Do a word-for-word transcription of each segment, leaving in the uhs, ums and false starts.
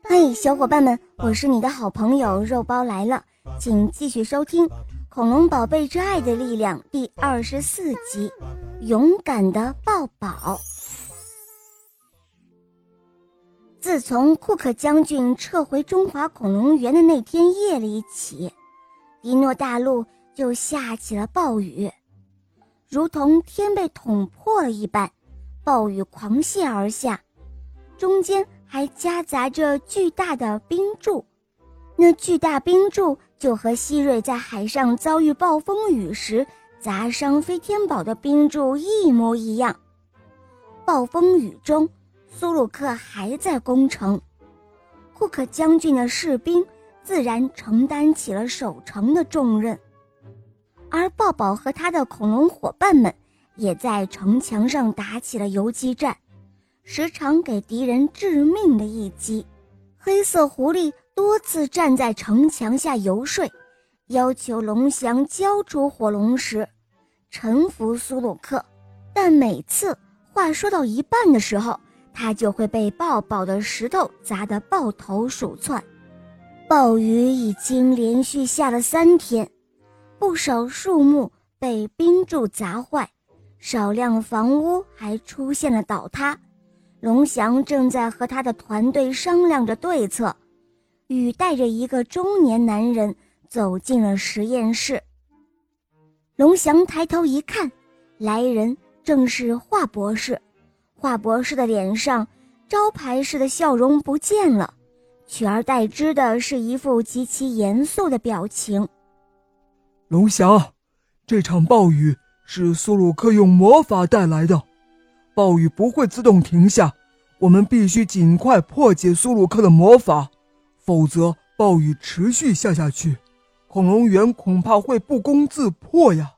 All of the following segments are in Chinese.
嘿，小伙伴们，我是你的好朋友肉包来了，请继续收听《恐龙宝贝之爱的力量》第二十四集，勇敢的抱宝。自从库克将军撤回中华恐龙园的那天夜里起，迪诺大陆就下起了暴雨，如同天被捅破了一般，暴雨狂泻而下，中间还夹杂着巨大的冰柱。那巨大冰柱就和希瑞在海上遭遇暴风雨时砸伤飞天堡的冰柱一模一样。暴风雨中，苏鲁克还在攻城，库克将军的士兵自然承担起了守城的重任，而抱抱和他的恐龙伙伴们也在城墙上打起了游击战，时常给敌人致命的一击。黑色狐狸多次站在城墙下游说，要求龙翔交出火龙石，臣服苏鲁克，但每次话说到一半的时候，他就会被抱抱的石头砸得抱头鼠窜。暴雨已经连续下了三天，不少树木被冰柱砸坏，少量房屋还出现了倒塌。龙翔正在和他的团队商量着对策，雨带着一个中年男人走进了实验室。龙翔抬头一看，来人正是华博士。华博士的脸上招牌式的笑容不见了，取而代之的是一副极其严肃的表情。 龙翔，这场暴雨是苏鲁克用魔法带来的，暴雨不会自动停下，我们必须尽快破解苏鲁克的魔法，否则暴雨持续下下去，恐龙园恐怕会不攻自破呀。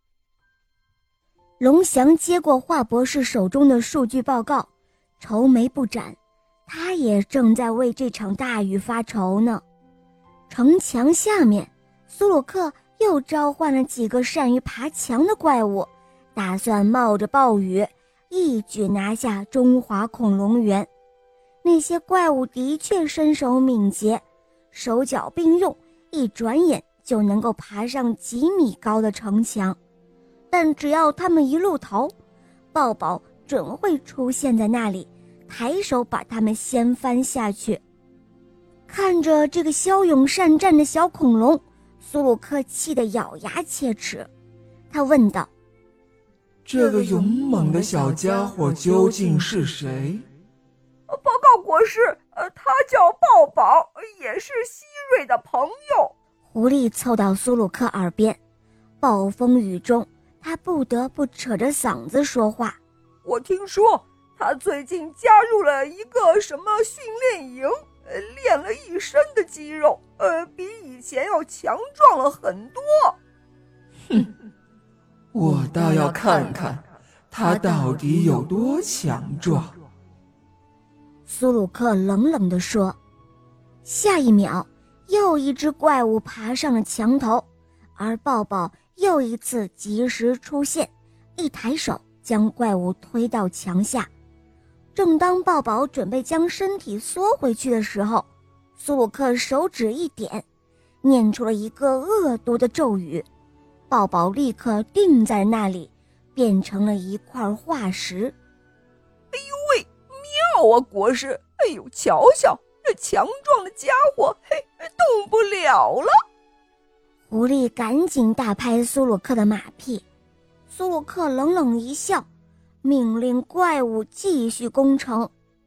龙翔接过华博士手中的数据报告，愁眉不展，他也正在为这场大雨发愁呢。城墙下面，苏鲁克又召唤了几个善于爬墙的怪物，打算冒着暴雨一举拿下中华恐龙园。那些怪物的确身手敏捷，手脚并用，一转眼就能够爬上几米高的城墙，但只要他们一路逃，抱抱准会出现在那里，抬手把他们掀翻下去。看着这个骁勇善战的小恐龙，苏鲁克气得咬牙切齿。他问道： 这个勇猛的小家伙究竟是谁？ 报告国师，呃，他叫抱抱，也是希瑞的朋友。 狐狸凑到苏鲁克耳边，暴风雨中他不得不扯着嗓子说话。 我听说他最近加入了一个什么训练营，呃，练了一身的肌肉，呃，比以前要强壮了很多。 哼，我倒要看看他到底有多强壮。 苏鲁克冷冷地说。下一秒，又一只怪物爬上了墙头，而抱抱又一次及时出现，一抬手将怪物推到墙下。正当抱抱准备将身体缩回去的时候，苏鲁克手指一点，念出了一个恶毒的咒语，抱抱立刻定在那里，变成了一块化石。 哎呦喂，妙啊国师！哎呦，瞧瞧这强壮的家伙，嘿，动不了了。 狐狸赶紧大拍苏鲁克的马屁，苏鲁克冷冷一笑，命令怪物继续攻城。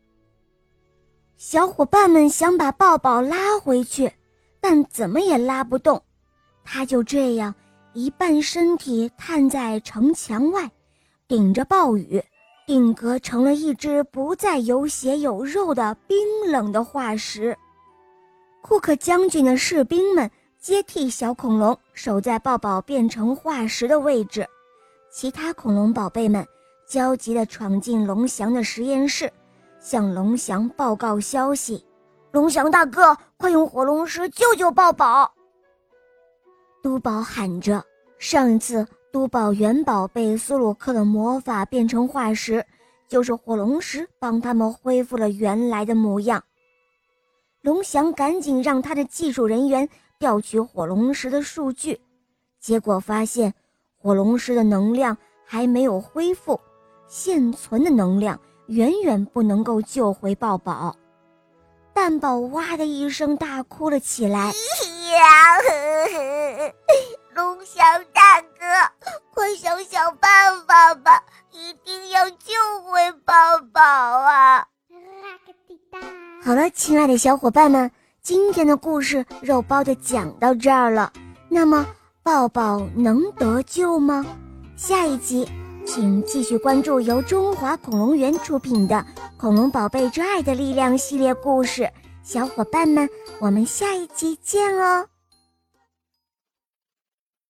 小伙伴们想把抱抱拉回去，但怎么也拉不动，他就这样一半身体探在城墙外，顶着暴雨，定格成了一只不再有血有肉的冰冷的化石。库克将军的士兵们接替小恐龙守在抱抱变成化石的位置，其他恐龙宝贝们焦急地闯进龙翔的实验室，向龙翔报告消息。龙翔大哥，快用火龙石救救抱抱！都宝喊着。上一次都宝元宝被苏鲁克的魔法变成化石，就是火龙石帮他们恢复了原来的模样。 龙翔赶紧让他的技术人员调取火龙石的数据，结果发现火龙石的能量还没有恢复，现存的能量远远不能够救回抱抱。蛋宝哇的一声大哭了起来。 呀呵呵，龙翔大哥，快想想办法吧，一定要救回抱抱啊！ 好了，亲爱的小伙伴们，今天的故事肉包就讲到这儿了。那么抱抱能得救吗？下一集请继续关注由中华恐龙园出品的《恐龙宝贝之爱的力量》系列故事。小伙伴们，我们下一集见哦。